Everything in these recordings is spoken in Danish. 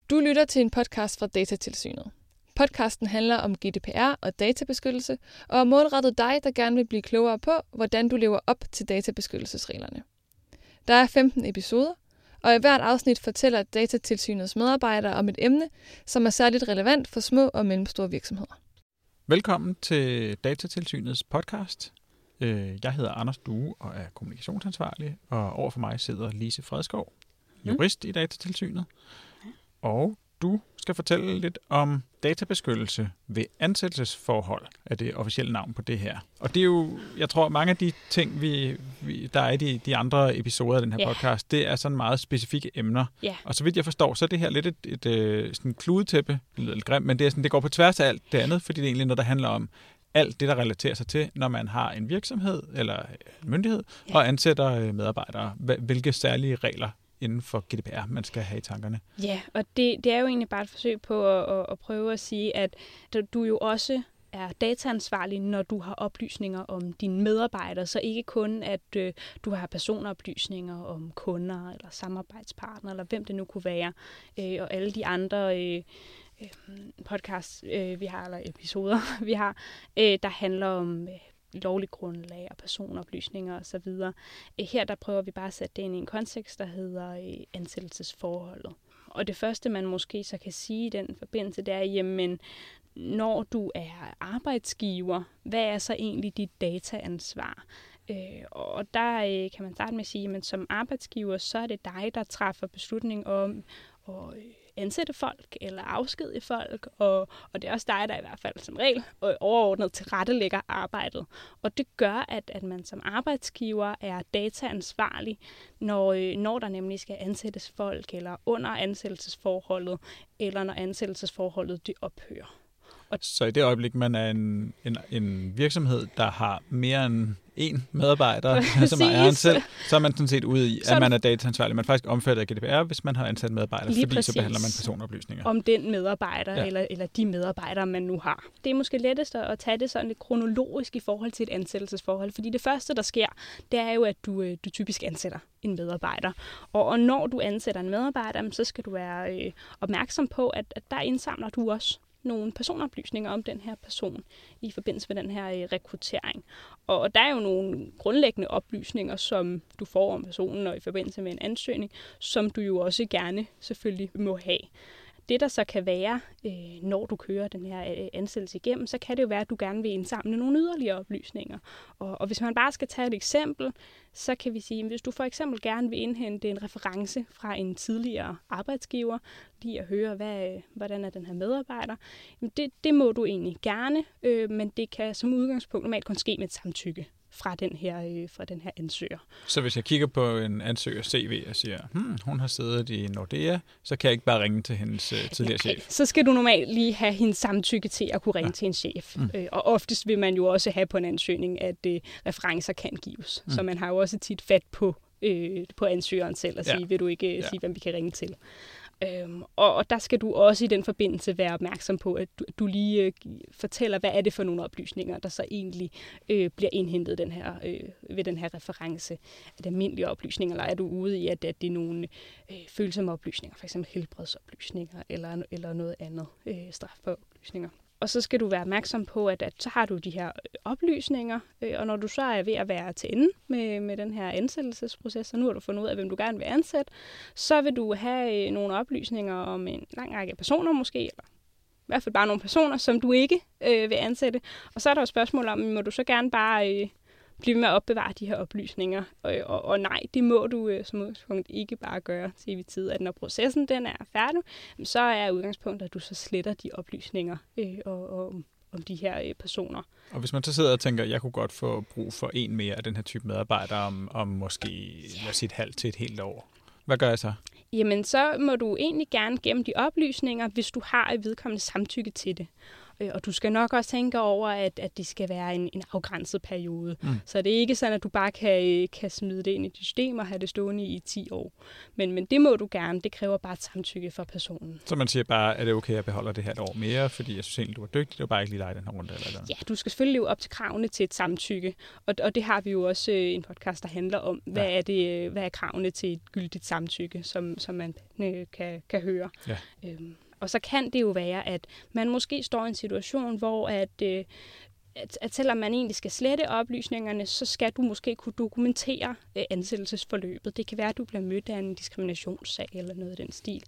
Du lytter til en podcast fra Datatilsynet. Podcasten handler om GDPR og databeskyttelse, og er målrettet dig, der gerne vil blive klogere på, hvordan du lever op til databeskyttelsesreglerne. Der er 15 episoder, og i hvert afsnit fortæller Datatilsynets medarbejdere om et emne, som er særligt relevant for små og mellemstore virksomheder. Velkommen til Datatilsynets podcast. Jeg hedder Anders Due og er kommunikationsansvarlig, og overfor mig sidder Lise Fredskov, jurist i Datatilsynet. Og du skal fortælle lidt om databeskyttelse ved ansættelsesforhold, er det officielle navn på det her. Og det er jo, jeg tror, mange af de ting, der er i de andre episoder af den her podcast, det er sådan meget specifikke emner. Yeah. Og så vidt jeg forstår, så er det her lidt et sådan kludetæppe, det lyder lidt grimt, men det er sådan, det går på tværs af alt det andet, fordi det er egentlig noget, der handler om alt det, der relaterer sig til, når man har en virksomhed eller en myndighed og ansætter medarbejdere. Hvilke særlige regler inden for GDPR, man skal have i tankerne. Ja, og det er jo egentlig bare et forsøg på at prøve at sige, at du jo også er dataansvarlig, når du har oplysninger om dine medarbejdere, så ikke kun, at du har personoplysninger om kunder eller samarbejdspartnere, eller hvem det nu kunne være, og alle de andre podcasts, vi har, eller episoder, vi har, der handler om lovligt grundlag og personoplysninger osv. Her der prøver vi bare at sætte det ind i en kontekst, der hedder ansættelsesforholdet. Og det første, man måske så kan sige i den forbindelse, det er, jamen, når du er arbejdsgiver, hvad er så egentlig dit dataansvar? Og der kan man starte med at sige, at som arbejdsgiver, så er det dig, der træffer beslutning om at ansætte folk eller afskedige folk, og det er også dig, der i hvert fald som regel overordnet tilrettelægger arbejdet. Og det gør, at man som arbejdsgiver er dataansvarlig, når der nemlig skal ansættes folk, eller under ansættelsesforholdet, eller når ansættelsesforholdet det ophører. Så i det øjeblik, man er en virksomhed, der har mere end én medarbejder, som er ansat, så er man sådan set ude i, at man er dataansvarlig. Man er faktisk omfattet af GDPR, hvis man har ansat medarbejdere, fordi præcis. Så behandler man personoplysninger. Om den medarbejder, eller de medarbejdere, man nu har. Det er måske lettest at tage det sådan lidt kronologisk i forhold til et ansættelsesforhold, fordi det første, der sker, det er jo, at du typisk ansætter en medarbejder. Og når du ansætter en medarbejder, så skal du være opmærksom på, at der indsamler du også nogle personoplysninger om den her person i forbindelse med den her rekruttering. Og der er jo nogle grundlæggende oplysninger, som du får om personen og i forbindelse med en ansøgning, som du jo også gerne selvfølgelig må have. Det, der så kan være, når du kører den her ansættelse igennem, så kan det jo være, at du gerne vil indsamle nogle yderligere oplysninger. Og hvis man bare skal tage et eksempel, så kan vi sige, at hvis du for eksempel gerne vil indhente en reference fra en tidligere arbejdsgiver, lige at høre, hvordan er den her medarbejder, det må du egentlig gerne, men det kan som udgangspunkt normalt kun ske med et samtykke fra den her ansøger. Så hvis jeg kigger på en ansøger CV og siger, hun har siddet i Nordea, så kan jeg ikke bare ringe til hendes tidligere chef? Så skal du normalt lige have hendes samtykke til at kunne ringe til en chef. Og oftest vil man jo også have på en ansøgning, at referencer kan gives. Så man har jo også tit fat på ansøgeren selv og sige, vil du ikke sige, hvem vi kan ringe til? Og der skal du også i den forbindelse være opmærksom på, at du lige fortæller, hvad er det for nogle oplysninger, der så egentlig bliver indhentet ved den her reference. Er det almindelige oplysninger, eller er du ude i, at det er nogle følsomme oplysninger, f.eks. helbredsoplysninger eller noget andet strafbare oplysninger? Og så skal du være opmærksom på, at så har du de her oplysninger, og når du så er ved at være til ende med den her ansættelsesproces, så nu har du fundet ud af, hvem du gerne vil ansætte, så vil du have nogle oplysninger om en lang række personer måske, eller i hvert fald bare nogle personer, som du ikke vil ansætte. Og så er der jo spørgsmål om, må du så gerne bare blive med at opbevare de her oplysninger. Og nej, det må du som udgangspunkt ikke bare gøre til evig tid, at når processen den er færdig, så er udgangspunktet, at du så sletter de oplysninger om de her personer. Og hvis man så sidder og tænker, at jeg kunne godt få brug for en mere af den her type medarbejdere om måske lad os sige et halvt til et helt år, hvad gør jeg så? Jamen, så må du egentlig gerne gemme de oplysninger, hvis du har et vedkommende samtykke til det. Og du skal nok også tænke over, at det skal være en afgrænset periode. Så det er ikke sådan, at du bare kan smide det ind i dit system og have det stående i 10 år. Men det må du gerne. Det kræver bare et samtykke fra personen. Så man siger bare, er det okay, at jeg beholder det her et år mere, fordi jeg synes egentlig, du er dygtig, det var bare ikke lige dig den her runde? Eller? Ja, du skal selvfølgelig leve op til kravene til et samtykke. Og det har vi jo også en podcast, der handler om, hvad er kravene til et gyldigt samtykke, som man kan høre. Ja. Og så kan det jo være, at man måske står i en situation, hvor at selvom man egentlig skal slette oplysningerne, så skal du måske kunne dokumentere ansættelsesforløbet. Det kan være, at du bliver mødt af en diskriminationssag eller noget i den stil.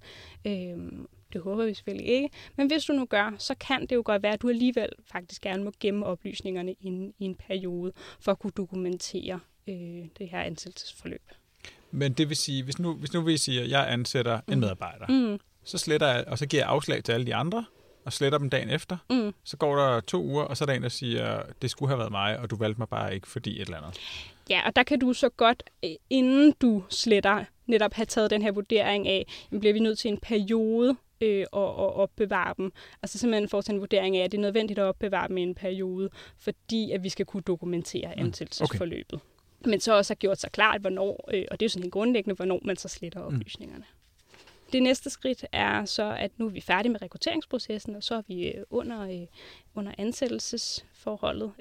Det håber vi selvfølgelig ikke. Men hvis du nu gør, så kan det jo godt være, at du alligevel faktisk gerne må gemme oplysningerne i en periode, for at kunne dokumentere det her ansættelsesforløb. Men det vil sige, hvis nu vi siger, at jeg ansætter en medarbejder, så sletter jeg, og så giver jeg afslag til alle de andre, og sletter dem dagen efter. Så går der 2 uger, og så er der en, der siger, det skulle have været mig, og du valgte mig bare ikke, fordi et eller andet. Ja, og der kan du så godt, inden du sletter, netop have taget den her vurdering af, bliver vi nødt til en periode og opbevare dem. Altså simpelthen foretage en vurdering af, at det er nødvendigt at opbevare dem i en periode, fordi at vi skal kunne dokumentere ansættelsesforløbet. Okay. Men så også har gjort sig klart, hvornår, og det er jo sådan helt grundlæggende, hvornår man så sletter oplysningerne. Det næste skridt er så, at nu er vi færdige med rekrutteringsprocessen, og så er vi under ansættelsesforholdet.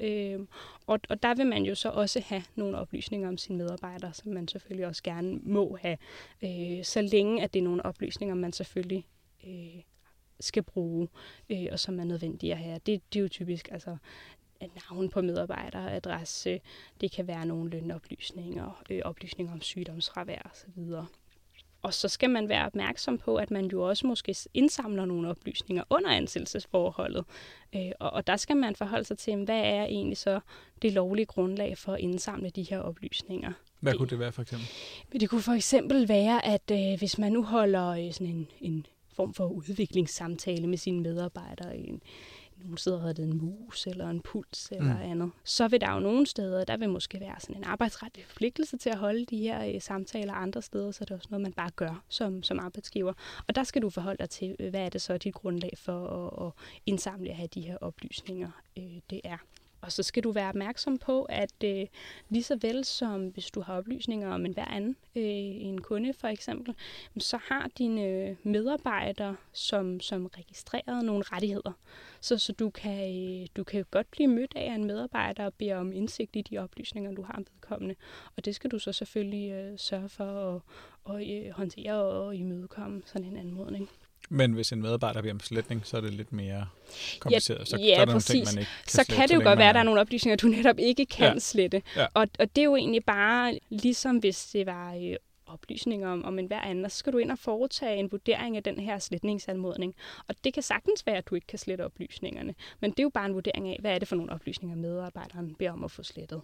Og der vil man jo så også have nogle oplysninger om sine medarbejdere, som man selvfølgelig også gerne må have, så længe at det er nogle oplysninger, man selvfølgelig skal bruge, og som er nødvendige at have. Det er jo typisk altså navn på medarbejdere, adresse, det kan være nogle lønoplysninger, oplysninger om sygdomsfravær osv. Og så skal man være opmærksom på, at man jo også måske indsamler nogle oplysninger under ansættelsesforholdet. Og der skal man forholde sig til, hvad er egentlig så det lovlige grundlag for at indsamle de her oplysninger. Hvad kunne det være for eksempel? Det kunne for eksempel være, at hvis man nu holder sådan en form for udviklingssamtale med sine medarbejdere, nogle steder hedder det en mus eller en puls eller andet. Så vil der jo nogle steder, der vil måske være sådan en arbejdsretlig forpligtelse til at holde de her samtaler andre steder, så det er også noget, man bare gør som arbejdsgiver. Og der skal du forholde dig til, hvad er det så dit grundlag for at indsamle og have de her oplysninger, det er. Og så skal du være opmærksom på, at lige så vel som hvis du har oplysninger om en hver anden, en kunde for eksempel, så har dine medarbejdere som registreret nogle rettigheder. Så du kan godt blive mødt af en medarbejder og bede om indsigt i de oplysninger, du har om vedkommende. Og det skal du så selvfølgelig sørge for at håndtere og imødekomme sådan en anmodning. Men hvis en medarbejder bliver om sletning, så er det lidt mere kompliceret. Så ja, er der præcis. nogle ting, man ikke kan så slette, kan det jo godt være, at der er nogle oplysninger, du netop ikke kan slette. Ja. Og det er jo egentlig bare, ligesom hvis det var oplysninger om en hver anden, så skal du ind og foretage en vurdering af den her sletningsanmodning. Og det kan sagtens være, at du ikke kan slette oplysningerne. Men det er jo bare en vurdering af, hvad er det for nogle oplysninger, medarbejderen beder om at få slettet.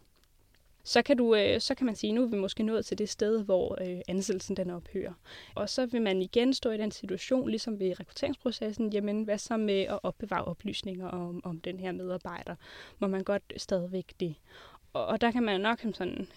Så kan man sige, nu er vi måske nået til det sted, hvor ansættelsen den ophører. Og så vil man igen stå i den situation, ligesom ved rekrutteringsprocessen, jamen hvad så med at opbevare oplysninger om den her medarbejder? Må man godt stadigvæk det? Og der kan man nok sådan,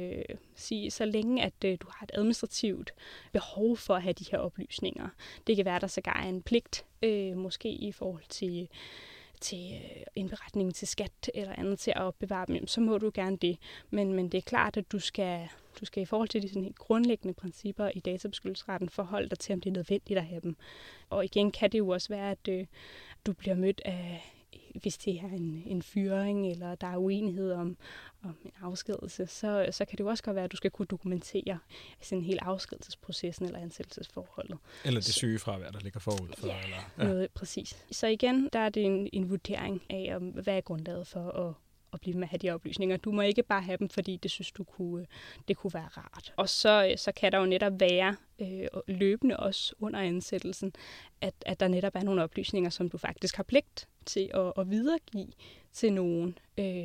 sige, så længe at du har et administrativt behov for at have de her oplysninger. Det kan være, der sågar er en pligt, måske i forhold til indberetningen til skat eller andet til at opbevare dem, så må du gerne det. Men det er klart, at du skal i forhold til de sådan helt grundlæggende principper i databeskyttelsesretten forholde dig til, om det er nødvendigt at have dem. Og igen kan det jo også være, at du bliver mødt af, hvis det er en fyring, eller der er uenighed om en afskedelse, så kan det jo også godt være, at du skal kunne dokumentere sådan hele afskedelsesprocessen eller ansættelsesforholdet. Eller det sygefravær, der ligger forud for. Ja, eller, noget præcis. Så igen, der er det en vurdering af, hvad er grundlaget for at blive med at have de oplysninger. Du må ikke bare have dem, fordi det synes du det kunne være rart. Og så kan der jo netop være løbende også under ansættelsen, at der netop er nogle oplysninger, som du faktisk har pligt til at videregive til nogen.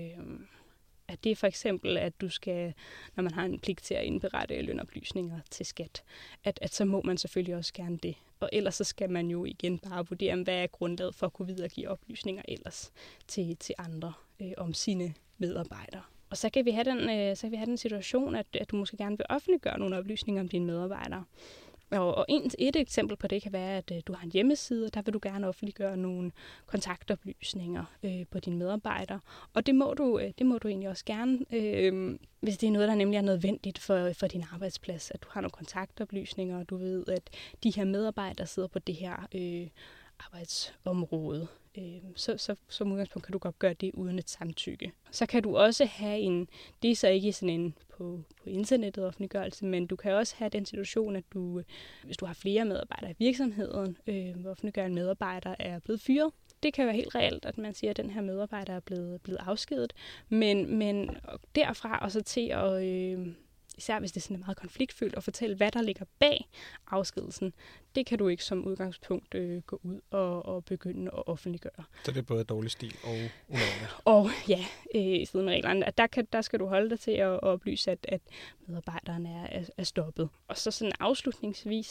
At det er for eksempel, at du skal, når man har en pligt til at indberette lønoplysninger til skat, at så må man selvfølgelig også gerne det. Og ellers så skal man jo igen bare vurdere, hvad er grundlaget for at kunne videregive oplysninger ellers til andre om sine medarbejdere. Og så kan vi have den situation, at du måske gerne vil offentliggøre nogle oplysninger om dine medarbejdere. Og et eksempel på det kan være, at du har en hjemmeside, og der vil du gerne offentliggøre nogle kontaktoplysninger på dine medarbejdere. Og det må du egentlig også gerne, hvis det er noget, der nemlig er nødvendigt for din arbejdsplads, at du har nogle kontaktoplysninger, og du ved, at de her medarbejdere sidder på det her arbejdsområde. Så som udgangspunkt kan du godt gøre det uden et samtykke. Så kan du også have det er så ikke sådan en på internettet offentliggørelse, men du kan også have den situation, at hvis du har flere medarbejdere i virksomheden, hvor offentliggør en medarbejder er blevet fyret. Det kan være helt reelt, at man siger, at den her medarbejder er blevet afskediget, men derfra og så til at især hvis det sådan er meget konfliktfyldt, og fortælle, hvad der ligger bag afskedelsen, det kan du ikke som udgangspunkt gå ud og begynde at offentliggøre. Så det er både dårlig stil og ulovligt? Og ja, i strid med reglerne, at der skal du holde dig til at oplyse, at medarbejderen er stoppet. Og så sådan afslutningsvis,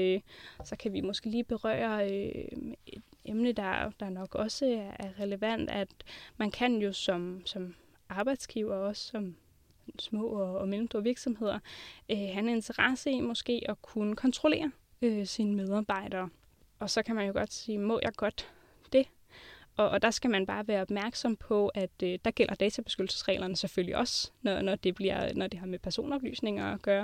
så kan vi måske lige berøre et emne, der nok også er relevant, at man kan jo som arbejdsgiver også, som små og mellemstore virksomheder, have en interesse i måske at kunne kontrollere sine medarbejdere. Og så kan man jo godt sige, må jeg godt det? Og der skal man bare være opmærksom på, at der gælder databeskyttelsesreglerne selvfølgelig også, når det har med personoplysninger at gøre.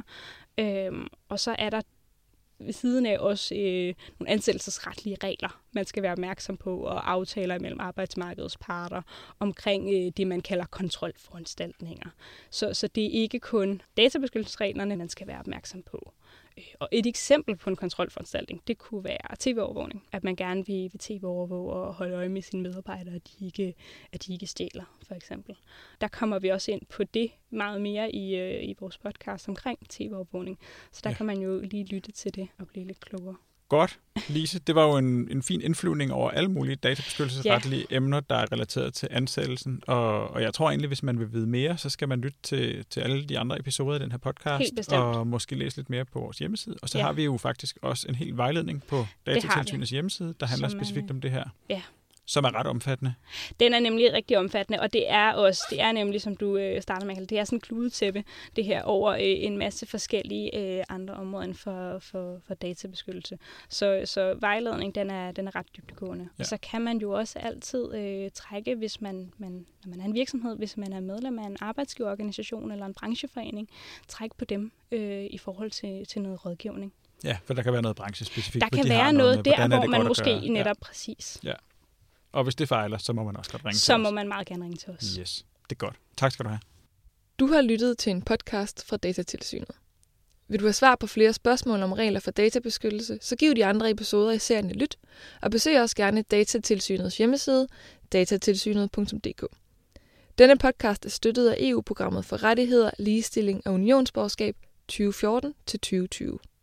Og så er der ved siden af også nogle ansættelsesretlige regler, man skal være opmærksom på, og aftaler mellem arbejdsmarkedets parter omkring det, man kalder kontrolforanstaltninger. Så det er ikke kun databeskyttelsesreglerne, man skal være opmærksom på. Og et eksempel på en kontrolforanstaltning, det kunne være tv-overvågning. At man gerne vil tv-overvåge og holde øje med sine medarbejdere, at de ikke stjæler, for eksempel. Der kommer vi også ind på det meget mere i vores podcast omkring tv-overvågning. Så der kan man jo lige lytte til det og blive lidt klogere. Godt, Lise. Det var jo en fin indflyvning over alle mulige databeskyttelsesretlige emner, der er relateret til ansættelsen. Og jeg tror egentlig, hvis man vil vide mere, så skal man lytte til alle de andre episoder i den her podcast, og måske læse lidt mere på vores hjemmeside. Og så har vi jo faktisk også en hel vejledning på Datatilsynets hjemmeside, der handler specifikt om det her. Ja. Som er ret omfattende. Den er nemlig rigtig omfattende, og det er nemlig, som du starter med, det er sådan en kludetæppe, det her over en masse forskellige andre områder inden for databeskyttelse. Så vejledning, den er ret dybdegående. Ja. Og så kan man jo også altid trække, hvis når man er en virksomhed, hvis man er medlem af en arbejdsgiverorganisation eller en brancheforening, trække på dem i forhold til noget rådgivning. Ja, for der kan være noget branchespecifikt. Der kan være noget der, hvor man måske netop præcis. Ja. Og hvis det fejler, så må man også godt ringe til os. Så må man meget gerne ringe til os. Yes, det er godt. Tak skal du have. Du har lyttet til en podcast fra Datatilsynet. Vil du have svar på flere spørgsmål om regler for databeskyttelse, så giv de andre episoder i serien et lyt, og besøg også gerne Datatilsynets hjemmeside, datatilsynet.dk. Denne podcast er støttet af EU-programmet for rettigheder, ligestilling og unionsborgerskab 2014-2020.